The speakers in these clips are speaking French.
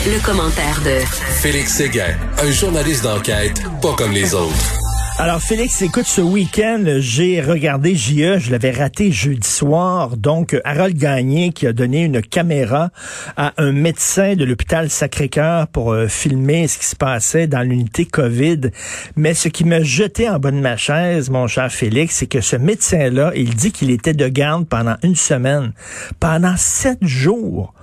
Le commentaire de Félix Séguin, un journaliste d'enquête pas comme les autres. Alors Félix, écoute, ce week-end, j'ai regardé J.E., je l'avais raté jeudi soir, donc Harold Gagné qui a donné une caméra à un médecin de l'hôpital Sacré-Cœur pour filmer ce qui se passait dans l'unité COVID. Mais ce qui m'a jeté en bas de ma chaise, mon cher Félix, c'est que ce médecin-là, il dit qu'il était de garde pendant une semaine, pendant 7 jours.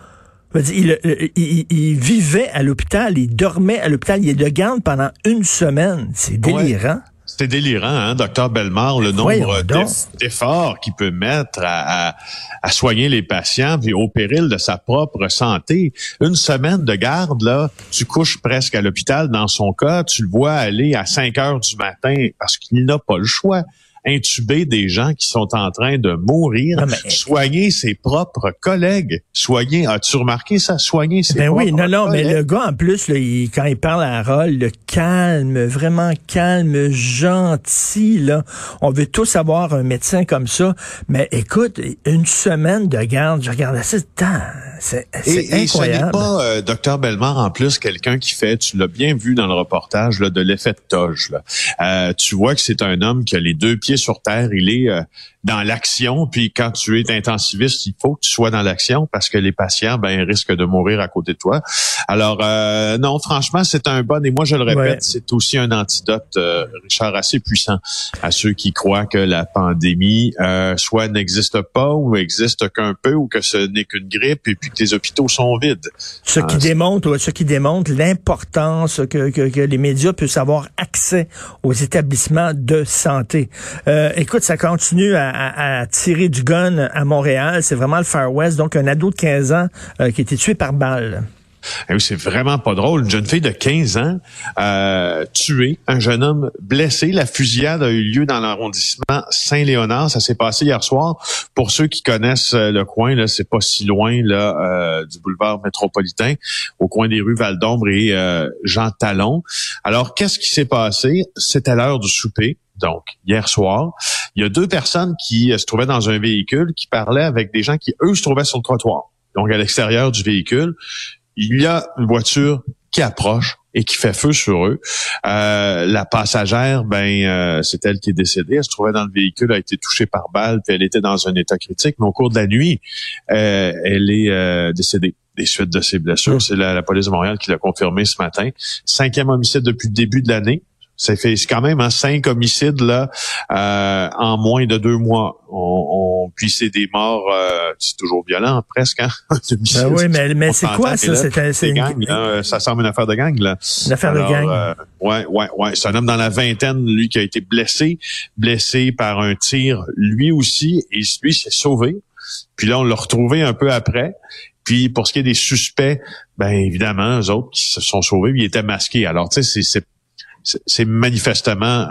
Il vivait à l'hôpital, il dormait à l'hôpital, il est de garde pendant une semaine. C'est délirant. Ouais. C'est délirant, hein, Dr Bellemare, le nombre d'efforts qu'il peut mettre à soigner les patients, puis au péril de sa propre santé. Une semaine de garde, là, tu couches presque à l'hôpital. Dans son cas, tu le vois aller à 5 heures du matin parce qu'il n'a pas le choix. Intuber des gens qui sont en train de mourir, soigner ses propres collègues. As-tu remarqué ça? Soigner ses propres collègues. Mais le gars, en plus, là, quand il parle à Harold, le calme, vraiment calme, gentil, là. On veut tous avoir un médecin comme ça. Mais écoute, une semaine de garde, je regarde ça, c'est incroyable. Et ce n'est pas, Dr Bellemare, en plus, quelqu'un qui fait, tu l'as bien vu dans le reportage, là, de l'effet de toge, là. Tu vois que c'est un homme qui a les 2 pieds sur terre, il est dans l'action, puis quand tu es intensiviste, il faut que tu sois dans l'action parce que les patients risquent de mourir à côté de toi. Alors non, franchement, c'est un bon, et moi je le répète, c'est aussi un antidote, Richard, assez puissant à ceux qui croient que la pandémie soit n'existe pas ou existe qu'un peu ou que ce n'est qu'une grippe et puis que les hôpitaux sont vides. Ce qui démontre l'importance que les médias puissent avoir accès aux établissements de santé. Écoute, ça continue à tirer du gun à Montréal. C'est vraiment le Far West. Donc, un ado de 15 ans qui a été tué par balle. Eh oui, c'est vraiment pas drôle. Une jeune fille de 15 ans tuée, un jeune homme blessé. La fusillade a eu lieu dans l'arrondissement Saint-Léonard. Ça s'est passé hier soir. Pour ceux qui connaissent le coin, là, c'est pas si loin là du boulevard métropolitain, au coin des rues Val-d'Ombre et Jean Talon. Alors, qu'est-ce qui s'est passé? C'était l'heure du souper. Donc, hier soir, il y a 2 personnes qui se trouvaient dans un véhicule qui parlaient avec des gens qui, eux, se trouvaient sur le trottoir. Donc, à l'extérieur du véhicule, il y a une voiture qui approche et qui fait feu sur eux. La passagère, c'est elle qui est décédée. Elle se trouvait dans le véhicule, a été touchée par balle, puis elle était dans un état critique. Mais au cours de la nuit, elle est décédée des suites de ses blessures. C'est la police de Montréal qui l'a confirmé ce matin. 5e homicide depuis le début de l'année. C'est quand même 5 homicides là en moins de 2 mois. Puis c'est des morts, c'est toujours violent presque. Hein? Oui, mais c'est quoi ça? C'est gang, là, ça semble une affaire de gang là. Une affaire de gang. Ouais. C'est un homme dans la vingtaine, lui, qui a été blessé par un tir, lui aussi, et lui s'est sauvé. Puis là, on l'a retrouvé un peu après. Puis pour ce qui est des suspects, évidemment, eux autres qui se sont sauvés, ils étaient masqués. Alors tu sais, c'est manifestement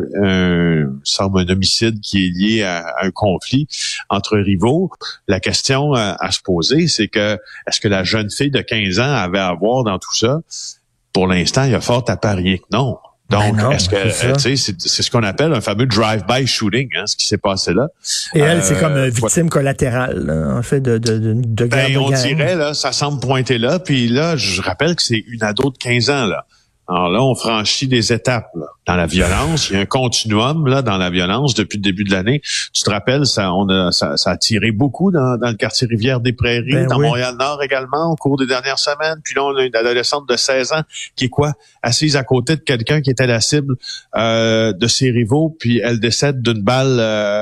un homicide qui est lié à un conflit entre rivaux. La question à se poser, c'est que est-ce que la jeune fille de 15 ans avait à voir dans tout ça? Pour l'instant, il y a fort à parier que non. Donc, est-ce que c'est ce qu'on appelle un fameux drive-by shooting, hein, ce qui s'est passé là. Et elle, c'est comme victime collatérale, là, en fait, de guerre de on gang. dirait, là, ça semble pointer là. Puis là, je rappelle que c'est une ado de 15 ans, là. Alors là, on franchit des étapes là. Dans la violence. Il y a un continuum là dans la violence depuis le début de l'année. Tu te rappelles, ça a tiré beaucoup dans le quartier Rivière-des-Prairies, dans Montréal-Nord également, au cours des dernières semaines. Puis là, on a une adolescente de 16 ans qui est assise à côté de quelqu'un qui était la cible de ses rivaux, puis elle décède d'une balle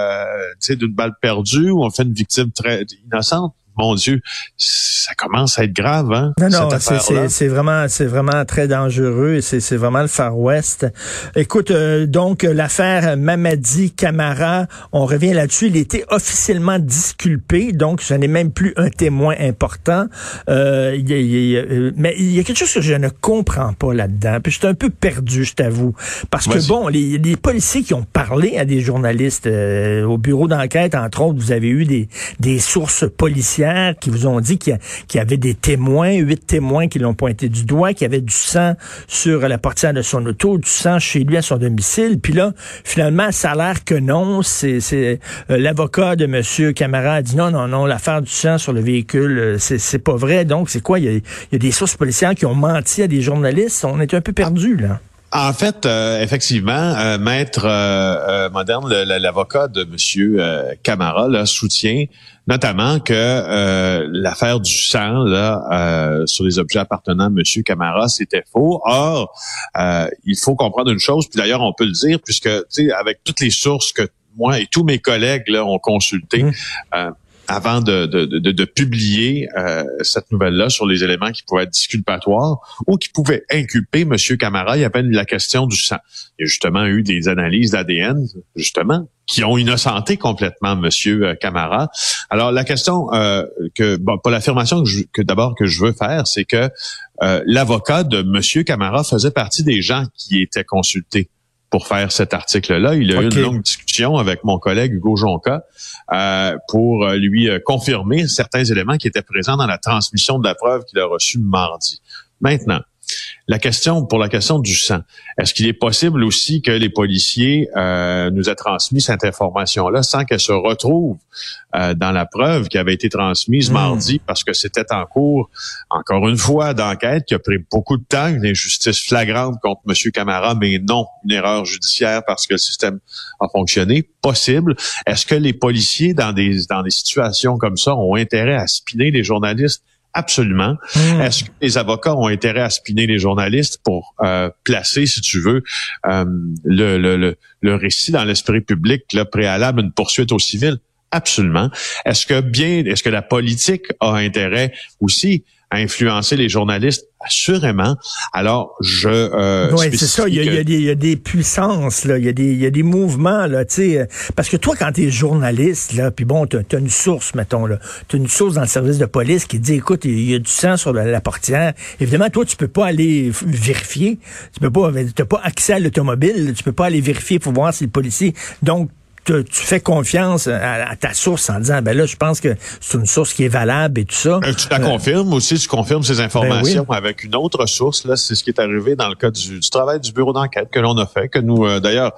perdue, ou on fait une victime très innocente. Mon Dieu, ça commence à être grave, hein? Non, c'est vraiment très dangereux. C'est vraiment le Far West. Écoute, donc l'affaire Mamadi Camara, on revient là-dessus. Il était officiellement disculpé, donc ce n'est même plus un témoin important. Mais il y a quelque chose que je ne comprends pas là-dedans. Puis je suis un peu perdu, je t'avoue, parce que les policiers qui ont parlé à des journalistes au bureau d'enquête, entre autres, vous avez eu des sources policières policières qui vous ont dit qu'il y avait des témoins, 8 témoins qui l'ont pointé du doigt, qu'il y avait du sang sur la portière de son auto, du sang chez lui à son domicile. Puis là, finalement, ça a l'air que non. C'est l'avocat de M. Camara a dit non, l'affaire du sang sur le véhicule, c'est pas vrai. Donc, c'est quoi? Il y a des sources policières qui ont menti à des journalistes. On est un peu perdus, là. En fait, effectivement, Maître Moderne, l'avocat de M. Camara, là, soutient notamment que l'affaire du sang là sur les objets appartenant à M. Camara, c'était faux. Or, il faut comprendre une chose, puis d'ailleurs, on peut le dire, puisque, tu sais, avec toutes les sources que moi et tous mes collègues là ont consultées, avant de publier cette nouvelle-là sur les éléments qui pouvaient être disculpatoires ou qui pouvaient inculper M. Camara, il y avait la question du sang. Il y a justement eu des analyses d'ADN, justement, qui ont innocenté complètement M. Camara. Alors, la question pas l'affirmation que je veux faire, c'est que l'avocat de M. Camara faisait partie des gens qui étaient consultés pour faire cet article-là. Il a eu une longue discussion avec mon collègue Hugo Jonca pour lui confirmer certains éléments qui étaient présents dans la transmission de la preuve qu'il a reçue mardi. Maintenant, la question du sang, est-ce qu'il est possible aussi que les policiers nous aient transmis cette information-là sans qu'elle se retrouve dans la preuve qui avait été transmise mardi parce que c'était en cours, encore une fois, d'enquête qui a pris beaucoup de temps, une injustice flagrante contre M. Camara, mais non une erreur judiciaire parce que le système a fonctionné? Possible. Est-ce que les policiers, dans des situations comme ça, ont intérêt à spinner les journalistes? Absolument. Est-ce que les avocats ont intérêt à spinner les journalistes pour placer, si tu veux, le récit dans l'esprit public, là, préalable à une poursuite au civil? Absolument. Est-ce que la politique a intérêt aussi à influencer les journalistes? Assurément. Alors, oui, c'est ça. Il y a des puissances, là. Il y a des mouvements, là, tu sais. Parce que toi, quand t'es journaliste, là, puis bon, t'as une source, mettons, là. T'as une source dans le service de police qui dit, écoute, il y a du sang sur la portière. Évidemment, toi, tu peux pas aller vérifier. T'as pas accès à l'automobile. Tu peux pas aller vérifier pour voir si le policier. Donc, tu fais confiance à ta source en disant, ben là, je pense que c'est une source qui est valable et tout ça. Tu la confirmes aussi, tu confirmes ces informations avec une autre source. Là, c'est ce qui est arrivé dans le cas du travail du bureau d'enquête que l'on a fait, que nous, d'ailleurs,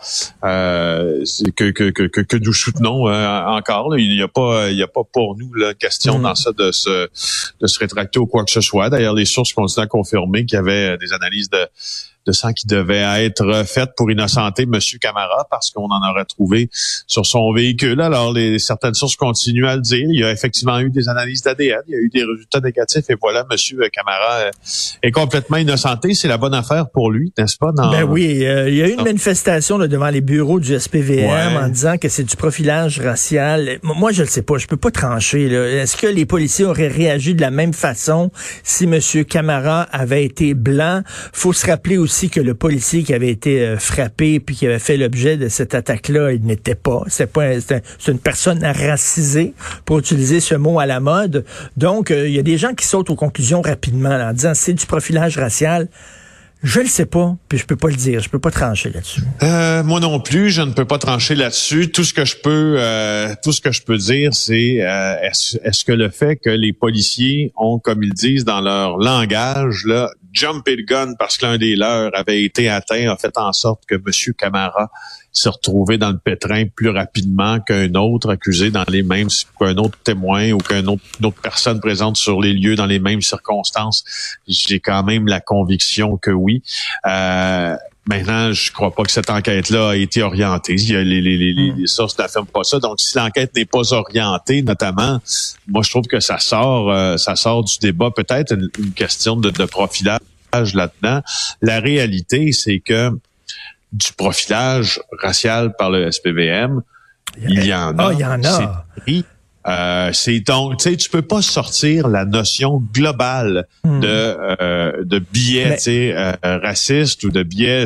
que nous soutenons encore. Là. Il y a pas pour nous la question dans ça de se rétracter ou quoi que ce soit. D'ailleurs, les sources continuent à confirmer qu'il y avait des analyses de sang qui devaient être faites pour innocenter M. Camara parce qu'on en aurait trouvé sur son véhicule. Alors, certaines sources continuent à le dire. Il y a effectivement eu des analyses d'ADN, il y a eu des résultats négatifs et voilà, M. Camara est complètement innocenté. C'est la bonne affaire pour lui, n'est-ce pas? Ben oui, il y a eu une manifestation là, devant les bureaux du SPVM en disant que c'est du profilage racial. Moi, je le sais pas, je peux pas trancher. Là. Est-ce que les policiers auraient réagi de la même façon si M. Camara avait été blanc? Faut se rappeler aussi que le policier qui avait été frappé puis qui avait fait l'objet de cette attaque-là, il n'était pas. C'est une personne racisée, pour utiliser ce mot à la mode. Donc, il y a des gens qui sautent aux conclusions rapidement là, en disant c'est du profilage racial. Je le sais pas, puis je peux pas le dire, je peux pas trancher là-dessus. Moi non plus, je ne peux pas trancher là-dessus. Tout ce que je peux dire, c'est est-ce que le fait que les policiers ont, comme ils disent dans leur langage, là, jumpé le gun parce que l'un des leurs avait été atteint, a fait en sorte que M. Camara s'est retrouvé dans le pétrin plus rapidement qu'un autre accusé dans les mêmes, qu'un autre témoin ou qu'une autre personne présente sur les lieux dans les mêmes circonstances. J'ai quand même la conviction que oui. Maintenant, je crois pas que cette enquête-là a été orientée. Les sources n'affirment pas ça. Donc, si l'enquête n'est pas orientée, notamment, moi, je trouve que ça sort du débat. Peut-être une question de profilage là-dedans. La réalité, c'est que du profilage racial par le SPVM, il y en a. Il y en a. C'est donc, tu sais, tu peux pas sortir la notion globale de biais, tu sais, racistes ou de biais sur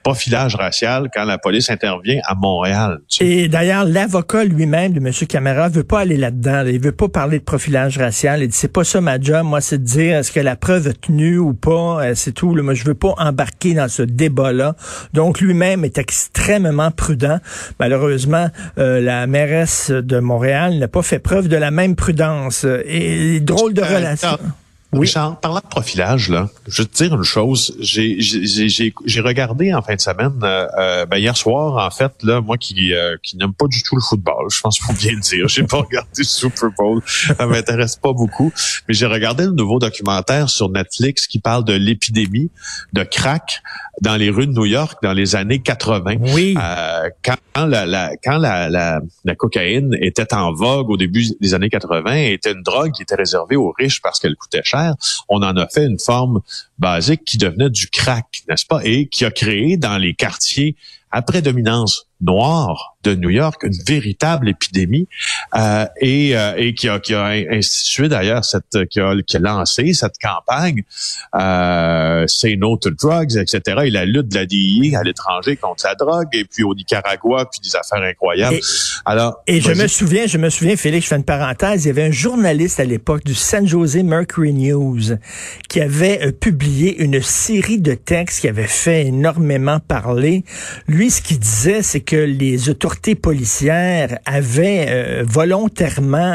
profilage racial quand la police intervient à Montréal. Tu sais. Et d'ailleurs, l'avocat lui-même de M. Camara veut pas aller là-dedans. Il veut pas parler de profilage racial. Il dit, c'est pas ça ma job. Moi, c'est de dire est-ce que la preuve est tenue ou pas. C'est tout. Moi, je veux pas embarquer dans ce débat-là. Donc, lui-même est extrêmement prudent. Malheureusement, la mairesse de Montréal n'a pas fait preuve de la même prudence. Et drôle de relation. Oui. Richard, parlant de profilage, là, je vais te dire une chose. J'ai regardé en fin de semaine, hier soir, en fait, là, moi qui n'aime pas du tout le football, je pense qu'il faut bien le dire. J'ai pas regardé le Super Bowl, ça m'intéresse pas beaucoup. Mais j'ai regardé le nouveau documentaire sur Netflix qui parle de l'épidémie de crack dans les rues de New York dans les années 80. Oui. Quand la cocaïne était en vogue au début des années 80, était une drogue qui était réservée aux riches parce qu'elle coûtait cher. On en a fait une forme basique qui devenait du crack, n'est-ce pas? Et qui a créé dans les quartiers à prédominance noire de New York une véritable épidémie et qui a institué d'ailleurs qui a lancé cette campagne Say No to Drugs, etc. et la lutte de la DEA à l'étranger contre la drogue et puis au Nicaragua puis des affaires incroyables. Je me souviens, Félix, je fais une parenthèse, il y avait un journaliste à l'époque du San Jose Mercury News qui avait publié une série de textes qui avait fait énormément parler. Lui, ce qu'il disait, c'est que les autorités policières avaient volontairement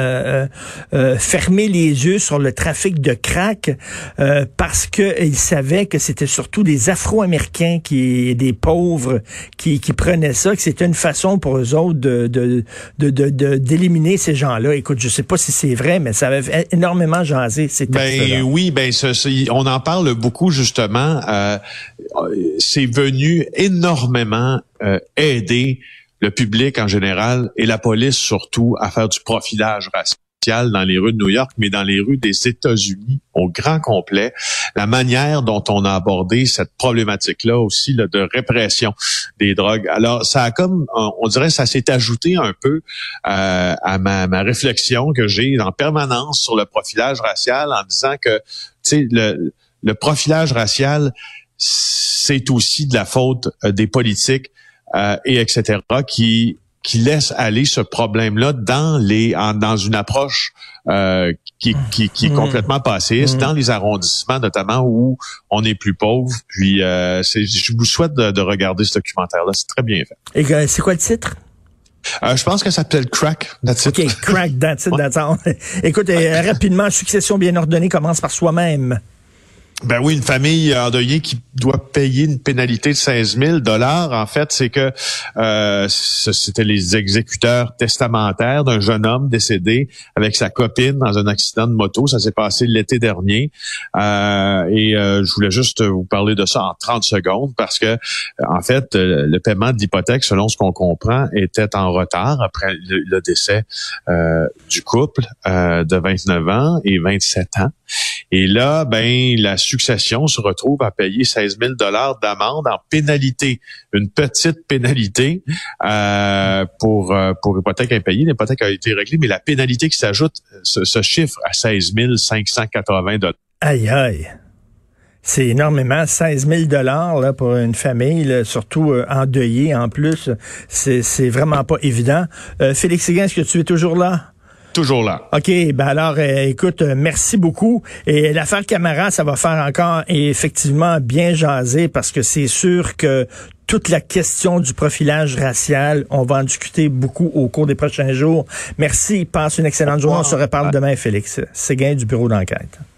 fermé les yeux sur le trafic de crack parce qu'ils savaient que c'était surtout des Afro-Américains des pauvres qui prenaient ça, que c'était une façon pour eux autres d'éliminer ces gens-là. Écoute, je sais pas si c'est vrai, mais ça avait énormément jasé ces textes-là. Oui, on en parle beaucoup justement. C'est venu énormément aider le public en général et la police surtout à faire du profilage racial dans les rues de New York, mais dans les rues des États-Unis au grand complet. La manière dont on a abordé cette problématique-là aussi là, de répression des drogues. Alors, ça a comme, on dirait, ça s'est ajouté un peu à ma réflexion que j'ai en permanence sur le profilage racial en disant que, tu sais, le profilage racial, c'est aussi de la faute des politiques et etc. qui laissent aller ce problème-là dans une approche qui est complètement passéiste, dans les arrondissements notamment où on est plus pauvre. Puis je vous souhaite de regarder ce documentaire-là, c'est très bien fait. Et c'est quoi le titre? Je pense que ça s'appelle Crack, that's it. OK, Crack, that's it, that's all. Écoute, rapidement, Succession bien ordonnée commence par soi-même. Ben oui, une famille endeuillée qui doit payer une pénalité de 16 000 $. En fait, c'est que c'était les exécuteurs testamentaires d'un jeune homme décédé avec sa copine dans un accident de moto. Ça s'est passé l'été dernier. Je voulais juste vous parler de ça en 30 secondes parce que, en fait, le paiement de l'hypothèque, selon ce qu'on comprend, était en retard après le décès du couple de 29 ans et 27 ans. Et là, la succession se retrouve à payer 16 000 $ d'amende en pénalité, une petite pénalité pour hypothèque impayée. L'hypothèque a été réglée, mais la pénalité qui s'ajoute se chiffre à 16 580 $. Aïe, aïe. C'est énormément, 16 000 $ là, pour une famille, là, surtout endeuillée en plus. C'est vraiment pas évident. Félix Séguin, est-ce que tu es toujours là? Toujours là. OK, alors, écoute, merci beaucoup. Et l'affaire Camara, ça va faire encore effectivement bien jaser parce que c'est sûr que toute la question du profilage racial, on va en discuter beaucoup au cours des prochains jours. Merci, passe une excellente journée. On se reparle demain, Félix Séguin du bureau d'enquête.